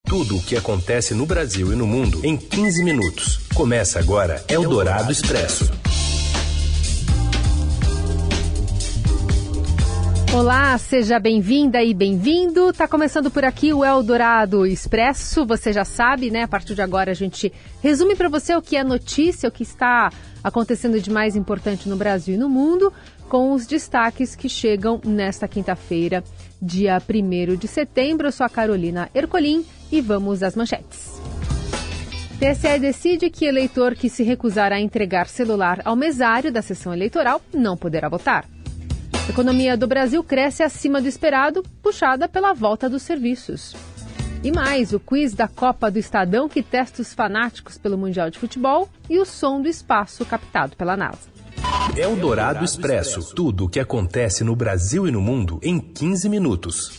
Tudo o que acontece no Brasil e no mundo em 15 minutos. Começa agora Eldorado Expresso. Olá, seja bem-vinda e bem-vindo. Tá começando por aqui o Eldorado Expresso. Você já sabe, né? A partir de agora a gente resume para você o que é notícia, o que está acontecendo de mais importante no Brasil e no mundo, com os destaques que chegam nesta quinta-feira, dia 1º de setembro. Eu sou a Carolina Ercolim e vamos às manchetes. TSE decide que eleitor que se recusar a entregar celular ao mesário da sessão eleitoral não poderá votar. A economia do Brasil cresce acima do esperado, puxada pela volta dos serviços. E mais, o quiz da Copa do Estadão que testa os fanáticos pelo Mundial de Futebol e o som do espaço captado pela NASA. Eldorado Expresso. Tudo o que acontece no Brasil e no mundo em 15 minutos.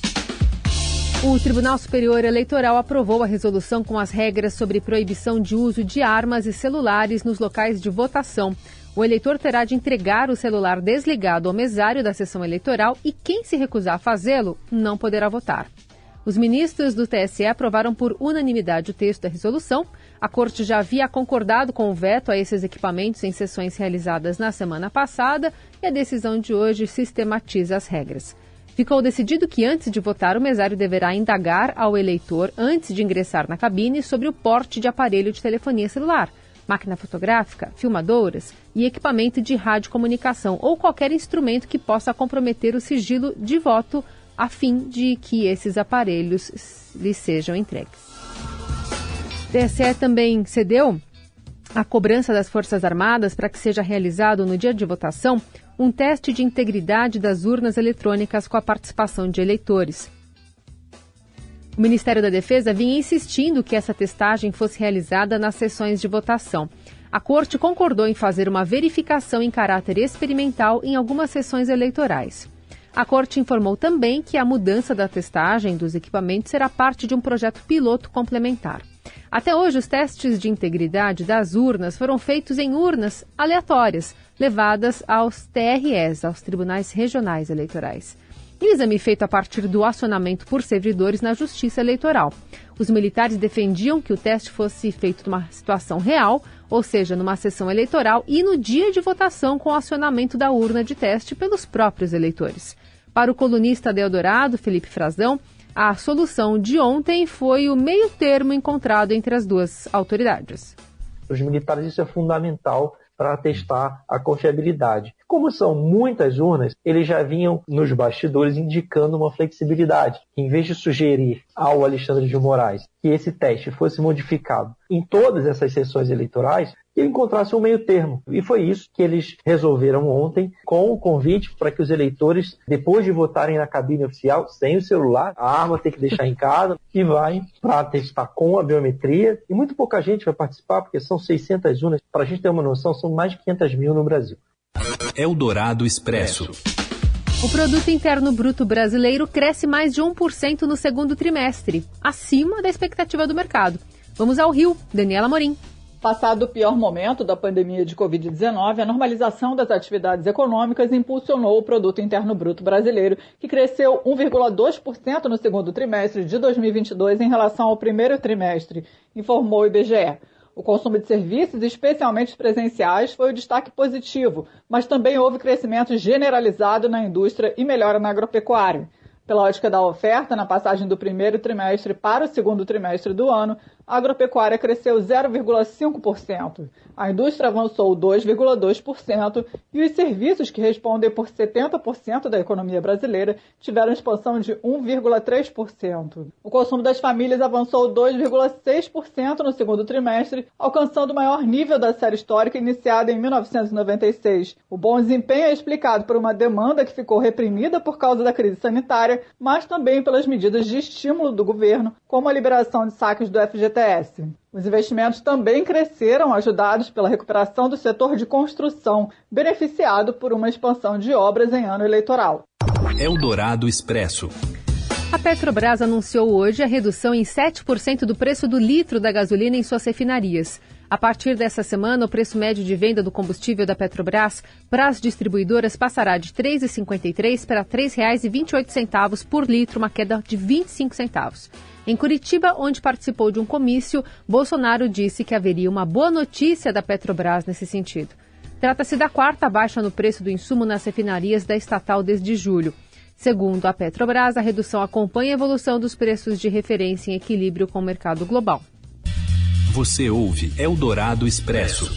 O Tribunal Superior Eleitoral aprovou a resolução com as regras sobre proibição de uso de armas e celulares nos locais de votação. O eleitor terá de entregar o celular desligado ao mesário da sessão eleitoral e quem se recusar a fazê-lo não poderá votar. Os ministros do TSE aprovaram por unanimidade o texto da resolução. A Corte já havia concordado com o veto a esses equipamentos em sessões realizadas na semana passada e a decisão de hoje sistematiza as regras. Ficou decidido que antes de votar, o mesário deverá indagar ao eleitor, antes de ingressar na cabine, sobre o porte de aparelho de telefonia celular, máquina fotográfica, filmadoras e equipamento de radiocomunicação ou qualquer instrumento que possa comprometer o sigilo de voto a fim de que esses aparelhos lhes sejam entregues. O TSE também cedeu à cobrança das Forças Armadas para que seja realizado no dia de votação um teste de integridade das urnas eletrônicas com a participação de eleitores. O Ministério da Defesa vinha insistindo que essa testagem fosse realizada nas sessões de votação. A Corte concordou em fazer uma verificação em caráter experimental em algumas sessões eleitorais. A Corte informou também que a mudança da testagem dos equipamentos será parte de um projeto piloto complementar. Até hoje, os testes de integridade das urnas foram feitos em urnas aleatórias, levadas aos TREs, aos Tribunais Regionais Eleitorais. E o exame feito a partir do acionamento por servidores na Justiça Eleitoral. Os militares defendiam que o teste fosse feito numa situação real, ou seja, numa sessão eleitoral e no dia de votação com o acionamento da urna de teste pelos próprios eleitores. Para o colunista de Eldorado, Felipe Frazão, a solução de ontem foi o meio termo encontrado entre as duas autoridades. Os militares, isso é fundamental para testar a confiabilidade. Como são muitas urnas, eles já vinham nos bastidores indicando uma flexibilidade. Em vez de sugerir ao Alexandre de Moraes que esse teste fosse modificado em todas essas sessões eleitorais, que ele encontrasse um meio termo. E foi isso que eles resolveram ontem, com o convite para que os eleitores, depois de votarem na cabine oficial, sem o celular, a arma tem que deixar em casa, e vai para testar com a biometria. E muito pouca gente vai participar, porque são 600 urnas. Para a gente ter uma noção, são mais de 500 mil no Brasil. Eldorado Expresso. O Produto Interno Bruto brasileiro cresce mais de 1% no segundo trimestre, acima da expectativa do mercado. Vamos ao Rio, Daniela Morim. Passado o pior momento da pandemia de Covid-19, a normalização das atividades econômicas impulsionou o Produto Interno Bruto brasileiro, que cresceu 1,2% no segundo trimestre de 2022 em relação ao primeiro trimestre, informou o IBGE. O consumo de serviços, especialmente presenciais, foi o destaque positivo, mas também houve crescimento generalizado na indústria e melhora na agropecuária. Pela ótica da oferta, na passagem do primeiro trimestre para o segundo trimestre do ano, a agropecuária cresceu 0,5%, a indústria avançou 2,2% e os serviços, que respondem por 70% da economia brasileira, tiveram expansão de 1,3%. O consumo das famílias avançou 2,6% no segundo trimestre, alcançando o maior nível da série histórica iniciada em 1996. O bom desempenho é explicado por uma demanda que ficou reprimida por causa da crise sanitária, mas também pelas medidas de estímulo do governo, como a liberação de saques do FGTS. Os investimentos também cresceram, ajudados pela recuperação do setor de construção, beneficiado por uma expansão de obras em ano eleitoral. Eldorado Expresso. A Petrobras anunciou hoje a redução em 7% do preço do litro da gasolina em suas refinarias. A partir dessa semana, o preço médio de venda do combustível da Petrobras para as distribuidoras passará de R$ 3,53 para R$ 3,28 por litro, uma queda de 25 centavos. Em Curitiba, onde participou de um comício, Bolsonaro disse que haveria uma boa notícia da Petrobras nesse sentido. Trata-se da quarta baixa no preço do insumo nas refinarias da estatal desde julho. Segundo a Petrobras, a redução acompanha a evolução dos preços de referência em equilíbrio com o mercado global. Você ouve Eldorado Expresso.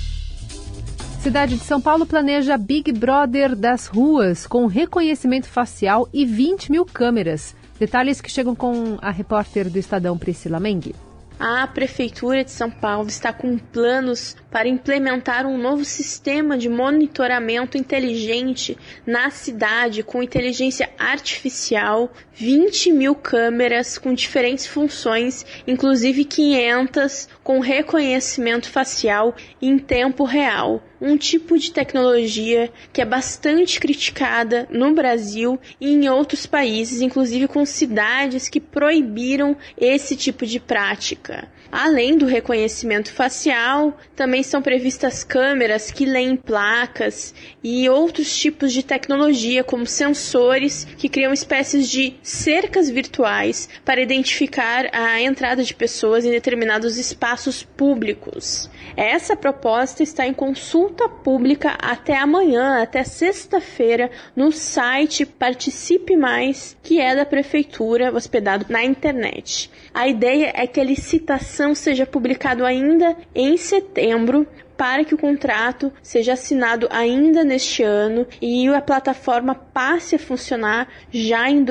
Cidade de São Paulo planeja Big Brother das ruas, com reconhecimento facial e 20 mil câmeras. Detalhes que chegam com a repórter do Estadão, Priscila Mengue. A Prefeitura de São Paulo está com planos para implementar um novo sistema de monitoramento inteligente na cidade, com inteligência artificial, 20 mil câmeras com diferentes funções, inclusive 500 com reconhecimento facial em tempo real. Um tipo de tecnologia que é bastante criticada no Brasil e em outros países, inclusive com cidades que proibiram esse tipo de prática. Além do reconhecimento facial, também são previstas câmeras que leem placas e outros tipos de tecnologia, como sensores que criam espécies de cercas virtuais para identificar a entrada de pessoas em determinados espaços públicos. Essa proposta está em consulta pública até amanhã, até sexta-feira, no site Participe Mais, que é da Prefeitura, hospedado na internet. A ideia é que a licitação seja publicada ainda em setembro, para que o contrato seja assinado ainda neste ano e a plataforma passe a funcionar já em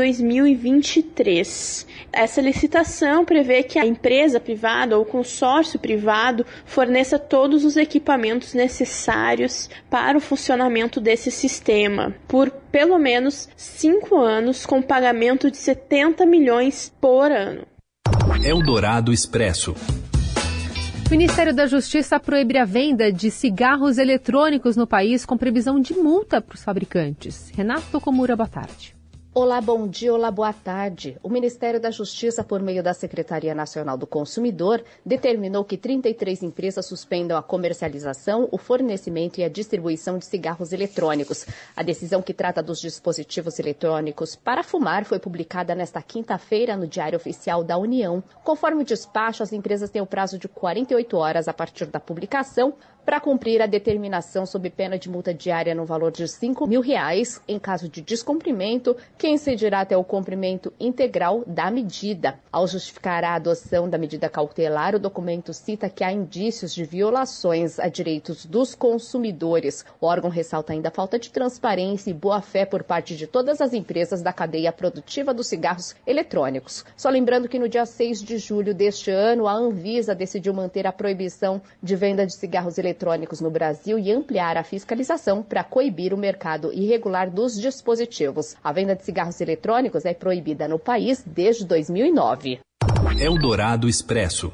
2023. Essa licitação prevê que a empresa privada ou o consórcio privado forneça todos os equipamentos necessários para o funcionamento desse sistema, por pelo menos 5 anos, com pagamento de 70 milhões por ano. Eldorado Expresso. O Ministério da Justiça proíbe a venda de cigarros eletrônicos no país com previsão de multa para os fabricantes. Renato Komura, boa tarde. Olá, bom dia, olá, boa tarde. O Ministério da Justiça, por meio da Secretaria Nacional do Consumidor, determinou que 33 empresas suspendam a comercialização, o fornecimento e a distribuição de cigarros eletrônicos. A decisão, que trata dos dispositivos eletrônicos para fumar, foi publicada nesta quinta-feira no Diário Oficial da União. Conforme o despacho, as empresas têm o prazo de 48 horas a partir da publicação para cumprir a determinação sob pena de multa diária no valor de R$5 mil. Em caso de descumprimento, que incidirá até o cumprimento integral da medida. Ao justificar a adoção da medida cautelar, o documento cita que há indícios de violações a direitos dos consumidores. O órgão ressalta ainda a falta de transparência e boa-fé por parte de todas as empresas da cadeia produtiva dos cigarros eletrônicos. Só lembrando que no dia 6 de julho deste ano, a Anvisa decidiu manter a proibição de venda de cigarros eletrônicos no Brasil e ampliar a fiscalização para coibir o mercado irregular dos dispositivos. A venda de cigarros eletrônicos é proibida no país desde 2009. Eldorado Expresso.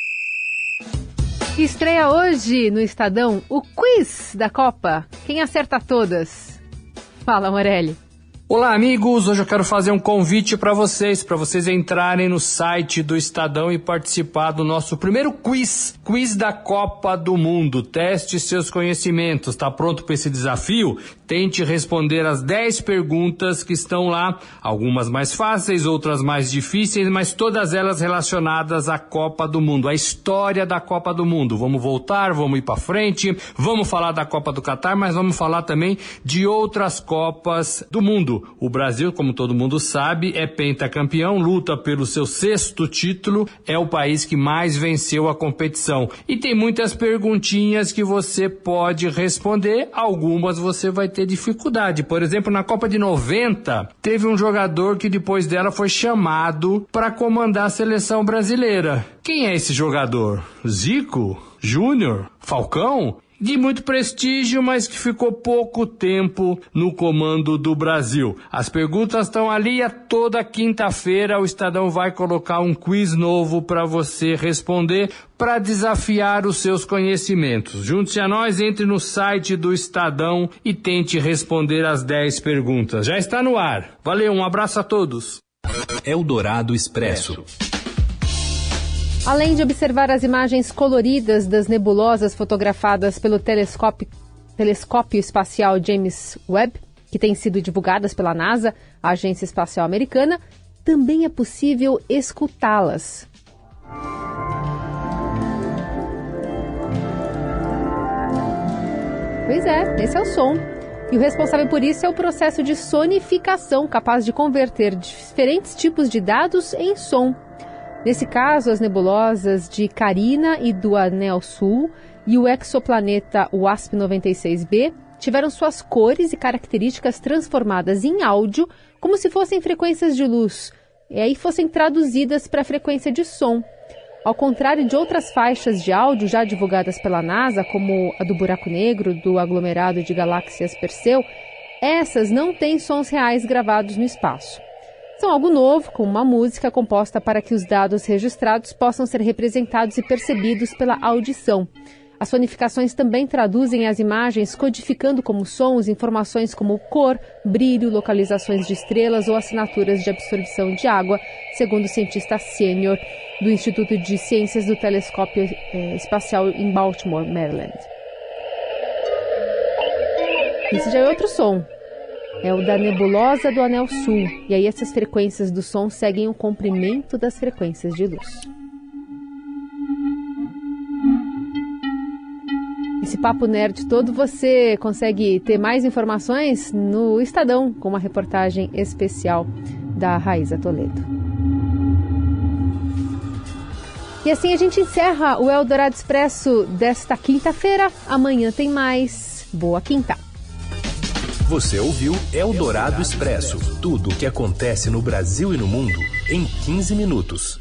Estreia hoje no Estadão o quiz da Copa. Quem acerta todas? Fala, Morelli. Olá, amigos! Hoje eu quero fazer um convite para vocês entrarem no site do Estadão e participar do nosso primeiro quiz da Copa do Mundo. Teste seus conhecimentos. Tá pronto para esse desafio? Tente responder as 10 perguntas que estão lá, algumas mais fáceis, outras mais difíceis, mas todas elas relacionadas à Copa do Mundo, à história da Copa do Mundo. Vamos voltar, vamos ir para frente, vamos falar da Copa do Catar, mas vamos falar também de outras Copas do Mundo. O Brasil, como todo mundo sabe, é pentacampeão, luta pelo seu 6º título, é o país que mais venceu a competição. E tem muitas perguntinhas que você pode responder, algumas você vai ter dificuldade. Por exemplo, na Copa de 90, teve um jogador que depois dela foi chamado para comandar a seleção brasileira. Quem é esse jogador? Zico? Júnior? Falcão? De muito prestígio, mas que ficou pouco tempo no comando do Brasil. As perguntas estão ali, a toda quinta-feira o Estadão vai colocar um quiz novo para você responder, para desafiar os seus conhecimentos. Junte-se a nós, entre no site do Estadão e tente responder as 10 perguntas. Já está no ar. Valeu, um abraço a todos. Eldorado Expresso. Além de observar as imagens coloridas das nebulosas fotografadas pelo telescópio espacial James Webb, que têm sido divulgadas pela NASA, a Agência Espacial Americana, também é possível escutá-las. Pois é, esse é o som. E o responsável por isso é o processo de sonificação, capaz de converter diferentes tipos de dados em som. Nesse caso, as nebulosas de Carina e do Anel Sul e o exoplaneta WASP-96b tiveram suas cores e características transformadas em áudio, como se fossem frequências de luz, e aí fossem traduzidas para a frequência de som. Ao contrário de outras faixas de áudio já divulgadas pela NASA, como a do buraco negro do aglomerado de galáxias Perseu, essas não têm sons reais gravados no espaço. São algo novo, como uma música composta para que os dados registrados possam ser representados e percebidos pela audição. As sonificações também traduzem as imagens, codificando como sons informações como cor, brilho, localizações de estrelas ou assinaturas de absorção de água, segundo o cientista sênior do Instituto de Ciências do Telescópio Espacial em Baltimore, Maryland. Esse já é outro som. É o da nebulosa do Anel Sul. E aí essas frequências do som seguem o comprimento das frequências de luz. Esse papo nerd todo você consegue ter mais informações no Estadão, com uma reportagem especial da Raíza Toledo. E assim a gente encerra o Eldorado Expresso desta quinta-feira. Amanhã tem mais. Boa quinta! Você ouviu Eldorado Expresso. Tudo o que acontece no Brasil e no mundo em 15 minutos.